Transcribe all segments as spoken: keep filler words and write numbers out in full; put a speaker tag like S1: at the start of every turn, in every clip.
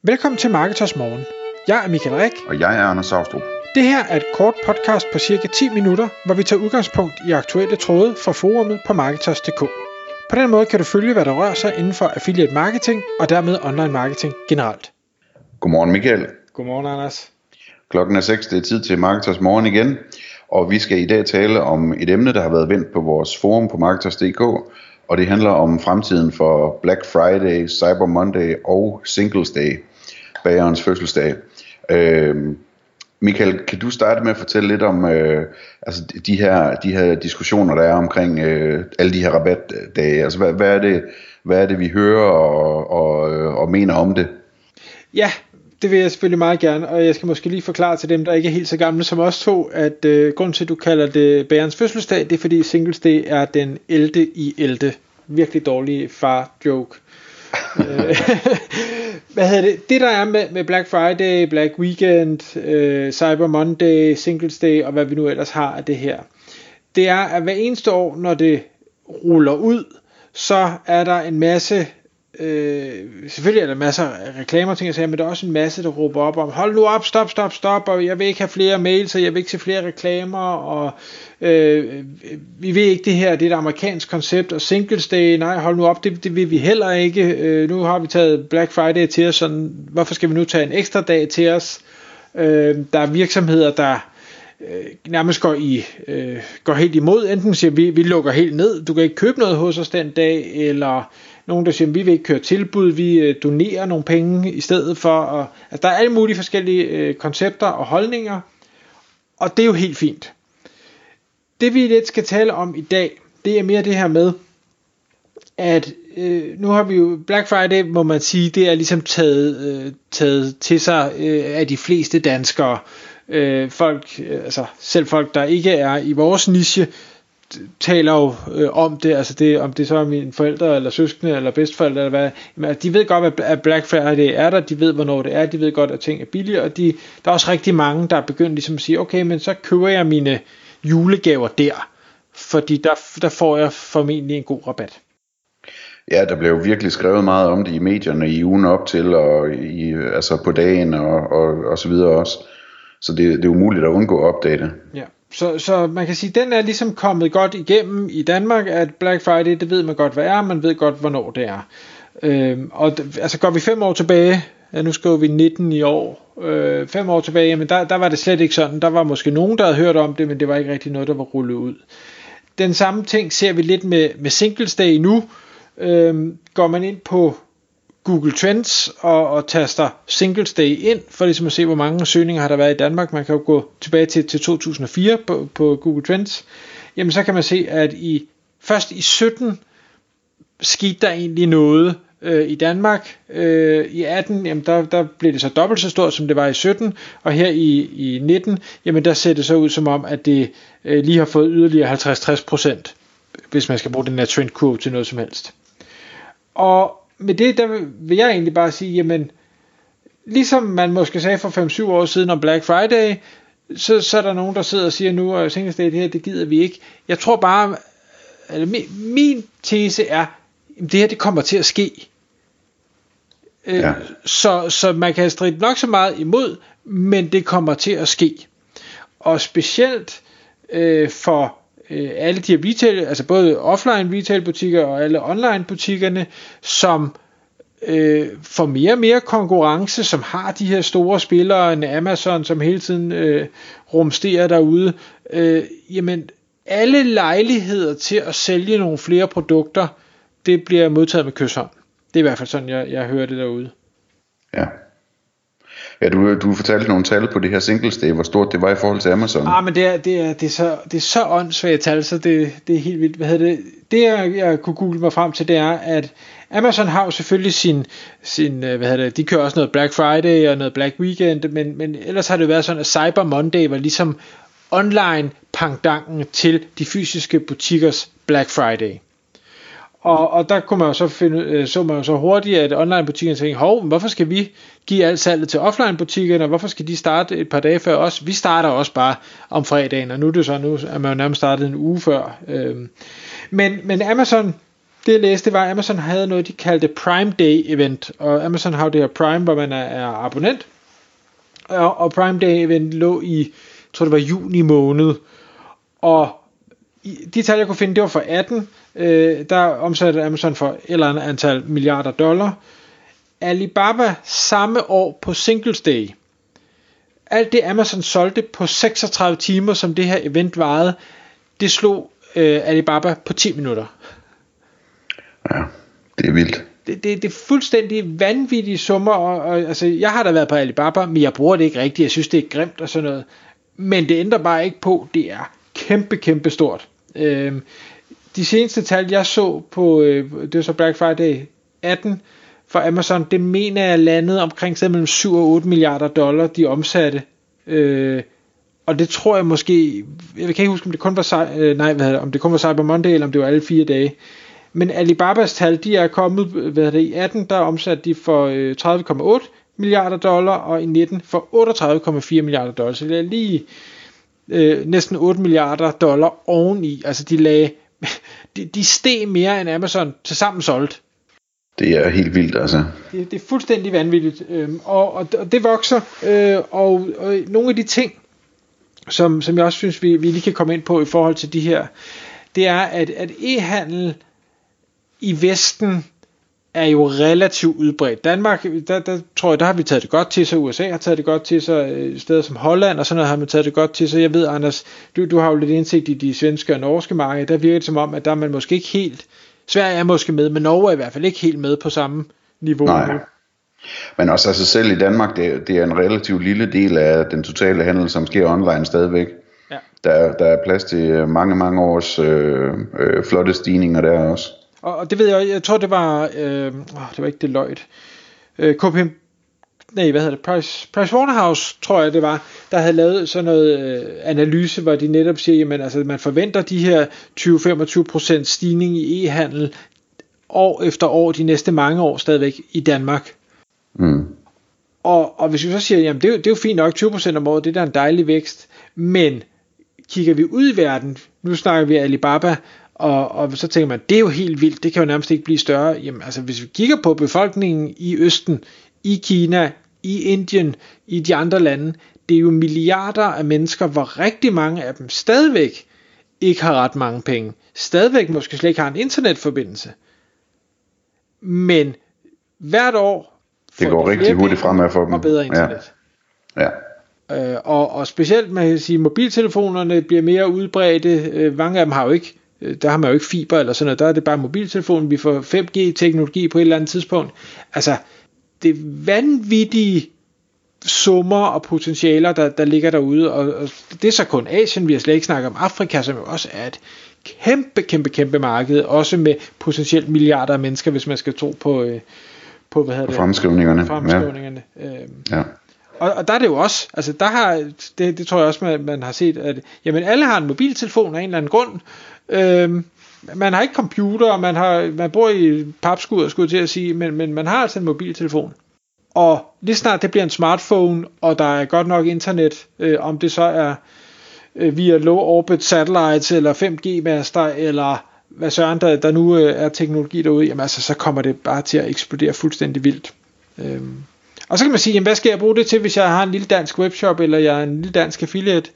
S1: Velkommen til Marketers Morgen. Jeg er Michael Rik.
S2: Og jeg er Anders Saustrup.
S1: Det her er et kort podcast på cirka ti minutter, hvor vi tager udgangspunkt i aktuelle tråde fra forumet på Marketers punktum d k. På den måde kan du følge, hvad der rører sig inden for affiliate marketing og dermed online marketing generelt.
S2: Godmorgen Michael.
S1: Godmorgen Anders.
S2: Klokken er seks, det er tid til Marketers Morgen igen. Og vi skal i dag tale om et emne, der har været vendt på vores forum på Marketers punktum d k. Og det handler om fremtiden for Black Friday, Cyber Monday og Singles Day, bagerens fødselsdag. Øh, Michael, kan du starte med at fortælle lidt om øh, altså de her de her diskussioner der er omkring øh, alle de her rabatdage? Altså hvad, hvad er det hvad er det vi hører og, og, og mener om det?
S1: Ja, det vil jeg selvfølgelig meget gerne, og jeg skal måske lige forklare til dem, der ikke er helt så gamle som os to, at øh, grunden til, at du kalder det bagerens fødselsdag, det er fordi Singles Day er den ellevte i ellevte. Virkelig dårlig far-joke. Hvad hedder det? Det der er med, med Black Friday, Black Weekend, øh, Cyber Monday, Singles Day og hvad vi nu ellers har af det her, det er, at hver eneste år, når det ruller ud, så er der en masse Øh, selvfølgelig er der masser af reklamer ting, men der er også en masse der råber op om hold nu op, stop, stop, stop, og jeg vil ikke have flere mails, og jeg vil ikke se flere reklamer, og øh, vi vil ikke det her, det er et amerikansk koncept, og Singles Day, nej hold nu op, det, det vil vi heller ikke, øh, nu har vi taget Black Friday til os, sådan, hvorfor skal vi nu tage en ekstra dag til os? Øh, der er virksomheder der øh, nærmest går, i, øh, går helt imod, enten siger vi, vi lukker helt ned, du kan ikke købe noget hos os den dag, eller nogen der siger, vi vil ikke køre tilbud, vi donerer nogle penge i stedet for. Og, altså, der er alle mulige forskellige øh, koncepter og holdninger, og det er jo helt fint. Det vi lidt skal tale om i dag, det er mere det her med, at øh, nu har vi jo Black Friday, må man sige, det er ligesom taget, øh, taget til sig øh, af de fleste danskere. Øh, folk, øh, altså selv folk, der ikke er i vores niche, taler jo øh, om det, altså det, om det så er mine forældre, eller søskende, eller bedsteforældre, eller hvad, jamen, de ved godt, at Black Friday er der, de ved, hvornår det er, de ved godt, at ting er billige, og de, der er også rigtig mange, der er begyndt ligesom at sige, okay, men så køber jeg mine julegaver der, fordi der, der får jeg formentlig en god rabat.
S2: Ja, der blev virkelig skrevet meget om det i medierne i ugen op til, og i, altså på dagen, og, og, og så videre også, så det, det er umuligt at undgå at opdage det.
S1: Ja. Så, så man kan sige, at den er ligesom kommet godt igennem i Danmark, at Black Friday, det ved man godt, hvad er, man ved godt, hvornår det er. Øhm, og altså går vi fem år tilbage, ja, nu skriver vi nitten i år, øh, fem år tilbage, jamen der, der var det slet ikke sådan. Der var måske nogen, der havde hørt om det, men det var ikke rigtig noget, der var rullet ud. Den samme ting ser vi lidt med, med Singles Day nu. Øhm, går man ind på Google Trends og, og taster Singles Day ind, for ligesom at se, hvor mange søgninger har der været i Danmark. Man kan jo gå tilbage til, til to tusind og fire på, på Google Trends. Jamen så kan man se, at i først i sytten skete der egentlig noget øh, i Danmark. Øh, I atten, jamen der, der blev det så dobbelt så stort, som det var i sytten. Og her i, i nitten, jamen der ser det så ud som om, at det øh, lige har fået yderligere halvtreds til tres procent, hvis man skal bruge den her trendkurve til noget som helst. Og med det, der vil jeg egentlig bare sige, jamen, ligesom man måske sagde for fem syv år siden om Black Friday, så, så er der nogen, der sidder og siger nu, at Singles Day, det her, det gider vi ikke. Jeg tror bare, eller min, min tese er, at det her, det kommer til at ske. Ja. Øh, så, så man kan stride nok så meget imod, men det kommer til at ske. Og specielt øh, for alle de her retail, altså både offline retail butikker og alle online butikkerne, som øh, får mere og mere konkurrence, som har de her store spillere, en Amazon, som hele tiden øh, rumsterer derude, øh, jamen alle lejligheder til at sælge nogle flere produkter, det bliver modtaget med kyshånd. Det er i hvert fald sådan, jeg, jeg hører det derude.
S2: Ja. Ja, du, du fortalte nogle tal på det her Singles Day, hvor stort det var i forhold til Amazon.
S1: Ah, men det er, det er, det er så, det er så åndssvagt tal, så det, det er helt vildt. Hvad hedder det? Det jeg, jeg kunne google mig frem til, det er, at Amazon har jo selvfølgelig sin, sin hvad hedder det, de kører også noget Black Friday og noget Black Weekend, men, men ellers har det været sådan, at Cyber Monday var ligesom online pangdangen til de fysiske butikkers Black Friday. Og, og der kunne man jo så finde, så man jo så hurtigt, at online butikkerne tænkte, hov, hvorfor skal vi give alt salget til offline butikkerne, og hvorfor skal de starte et par dage før os? Vi starter også bare om fredagen, og nu er det så, nu er man jo nærmest startet en uge før. Men, men Amazon det jeg læste, det var, at Amazon havde noget, de kaldte Prime Day Event, og Amazon har jo det her Prime, hvor man er, er abonnent, og, og Prime Day Event lå i, jeg tror det var juni måned, og de tal jeg kunne finde, det var for atten, øh, der omsatte Amazon for et eller andet antal milliarder dollar. Alibaba samme år på Singles Day, alt det Amazon solgte på seksogtredive timer, som det her event varede, det slog øh, Alibaba på ti minutter.
S2: Ja, det er vildt.
S1: Det, det, det er fuldstændig vanvittige summer, og, og altså, jeg har da været på Alibaba, men jeg bruger det ikke rigtigt, jeg synes det er grimt og sådan noget, men det ændrer bare ikke på, det er kæmpe, kæmpe stort. Øhm, de seneste tal, jeg så på, øh, det var så Black Friday atten, for Amazon, det mener jeg landede omkring sted mellem syv og otte milliarder dollar, de omsatte, øh, og det tror jeg måske, jeg kan ikke huske, om det kun var, øh, nej, hvad det, om det kun var Cyber Monday, eller om det var alle fire dage, men Alibabas tal, de er kommet, hvad det, i atten, der omsatte de for øh, tredive komma otte milliarder dollar, og i nitten for otteogtredive komma fire milliarder dollar, så det er lige øh, næsten otte milliarder dollar oveni, altså de lagde, de, de steg mere end Amazon til sammen solgt.
S2: Det er helt vildt, altså.
S1: Det, det er fuldstændig vanvittigt, øhm, og, og, og det vokser, øh, og, og nogle af de ting, som, som jeg også synes, vi, vi lige kan komme ind på i forhold til de her, det er, at, at e-handel i Vesten er jo relativt udbredt. Danmark, der, der tror jeg, der har vi taget det godt til sig, U S A har taget det godt til sig, øh, steder som Holland og sådan noget har man taget det godt til sig. Jeg ved, Anders, du, du har jo lidt indsigt i de svenske og norske markeder, der virker det som om, at der er man måske ikke helt, Sverige er måske med, men Norge er i hvert fald ikke helt med på samme niveau.
S2: Nej. Men også altså selv i Danmark, det, det er en relativt lille del af den totale handel, som sker online stadigvæk. Ja. Der, der er plads til mange, mange års øh, øh, flotte stigninger der også.
S1: Og, og det ved jeg, jeg tror det var, øh, det var ikke Deloitte, øh, K P M, nej, hvad hedder det, Price, Price Waterhouse, tror jeg det var, der havde lavet sådan noget øh, analyse, hvor de netop siger, jamen altså man forventer de her tyve til femogtyve procent stigning i e-handel år efter år, de næste mange år stadigvæk i Danmark.
S2: Mm.
S1: Og, og hvis vi så siger, jamen det er, det er jo fint nok, tyve procent om året, det er da en dejlig vækst, men kigger vi ud i verden, nu snakker vi Alibaba, og, og så tænker man, det er jo helt vildt, det kan jo nærmest ikke blive større. Jamen altså hvis vi kigger på befolkningen i Østen, i Kina, i Indien, i de andre lande, det er jo milliarder af mennesker, hvor rigtig mange af dem stadigvæk ikke har ret mange penge, stadigvæk måske slet ikke har en internetforbindelse, men hvert år
S2: det går rigtig hurtigt fremad for dem
S1: og bedre internet.
S2: Ja. Ja.
S1: Øh, og, og specielt man kan sige, mobiltelefonerne bliver mere udbredte, øh, mange af dem har jo ikke, øh, der har man jo ikke fiber eller sådan noget, der er det bare mobiltelefonen, vi får fem G teknologi på et eller andet tidspunkt. Altså det vanvittige summer og potentialer, der, der ligger derude, og, og det er så kun Asien, vi har slet ikke snakket om Afrika, som jo også er et kæmpe, kæmpe, kæmpe marked, også med potentielt milliarder af mennesker, hvis man skal tro på, øh, på hvad hedder det?
S2: Fremskrivningerne.
S1: Fremskrivningerne. Ja. Øhm.
S2: Ja.
S1: Og, og der er det jo også, altså der har, det, det tror jeg også, man, man har set, at jamen alle har en mobiltelefon af en eller anden grund. Øhm, man har ikke computer, og man, har, man bor i papskud, skulle jeg til at sige, men, men man har altså en mobiltelefon. Og lige snart det bliver en smartphone, og der er godt nok internet, øh, om det så er øh, via low orbit satellites, eller fem G master, eller hvad søren der, der nu øh, er teknologi derude, jamen altså så kommer det bare til at eksplodere fuldstændig vildt. Øhm. Og så kan man sige, jamen hvad skal jeg bruge det til, hvis jeg har en lille dansk webshop, eller jeg er en lille dansk affiliate?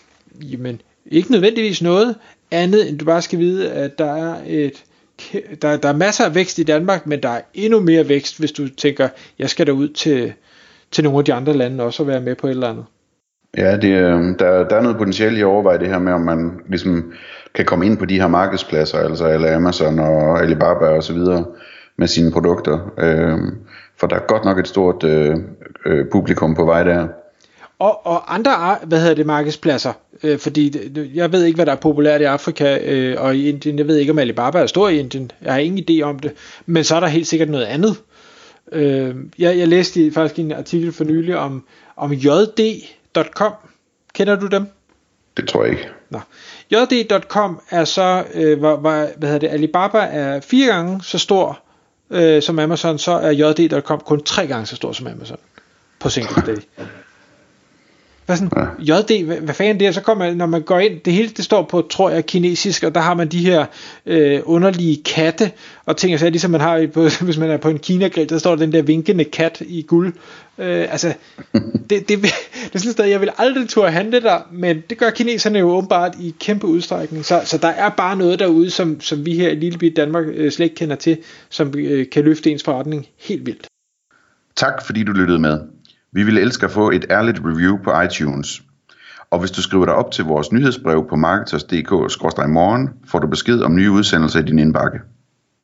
S1: Jamen ikke nødvendigvis noget andet, end du bare skal vide, at der er et Der, der er masser af vækst i Danmark, men der er endnu mere vækst, hvis du tænker, jeg skal derud til, til nogle af de andre lande også og være med på et eller andet.
S2: Ja, det, der, der er noget potentiale i at overveje det her med, om man ligesom kan komme ind på de her markedspladser, altså eller Amazon og Alibaba og så videre med sine produkter. Øh, for der er godt nok et stort øh, øh, publikum på vej der.
S1: Og, og andre, hvad hedder det, markedspladser, øh, fordi jeg ved ikke, hvad der er populært i Afrika øh, og i Indien. Jeg ved ikke, om Alibaba er stor i Indien. Jeg har ingen idé om det. Men så er der helt sikkert noget andet. Øh, jeg, jeg læste faktisk en artikel for nylig om, om J D punktum com. Kender du dem?
S2: Det tror jeg ikke.
S1: Nå. J D punktum com er så, øh, hvor, hvor, hvad hedder det, Alibaba er fire gange så stor øh, som Amazon, så er J D punktum com kun tre gange så stor som Amazon på single day. Hvad sådan, ja. J D, hvad, hvad fanden det er, så kommer når man går ind, det hele det står på, tror jeg, kinesisk, og der har man de her øh, underlige katte, og ting, så ligesom man har, på, hvis man er på en Kina-grill, der står den der vinkende kat i guld. Øh, altså, det, det, det, det er sådan et sted, jeg vil aldrig turde handle der, men det gør kineserne jo åbenbart i kæmpe udstrækning, så, så der er bare noget derude, som, som vi her i lille bit Danmark øh, slet ikke kender til, som øh, kan løfte ens forretning helt vildt.
S2: Tak fordi du lyttede med. Vi ville elske at få et ærligt review på iTunes. Og hvis du skriver dig op til vores nyhedsbrev på marketers punktum d k skråstreg morgen, får du besked om nye udsendelser i din indbakke.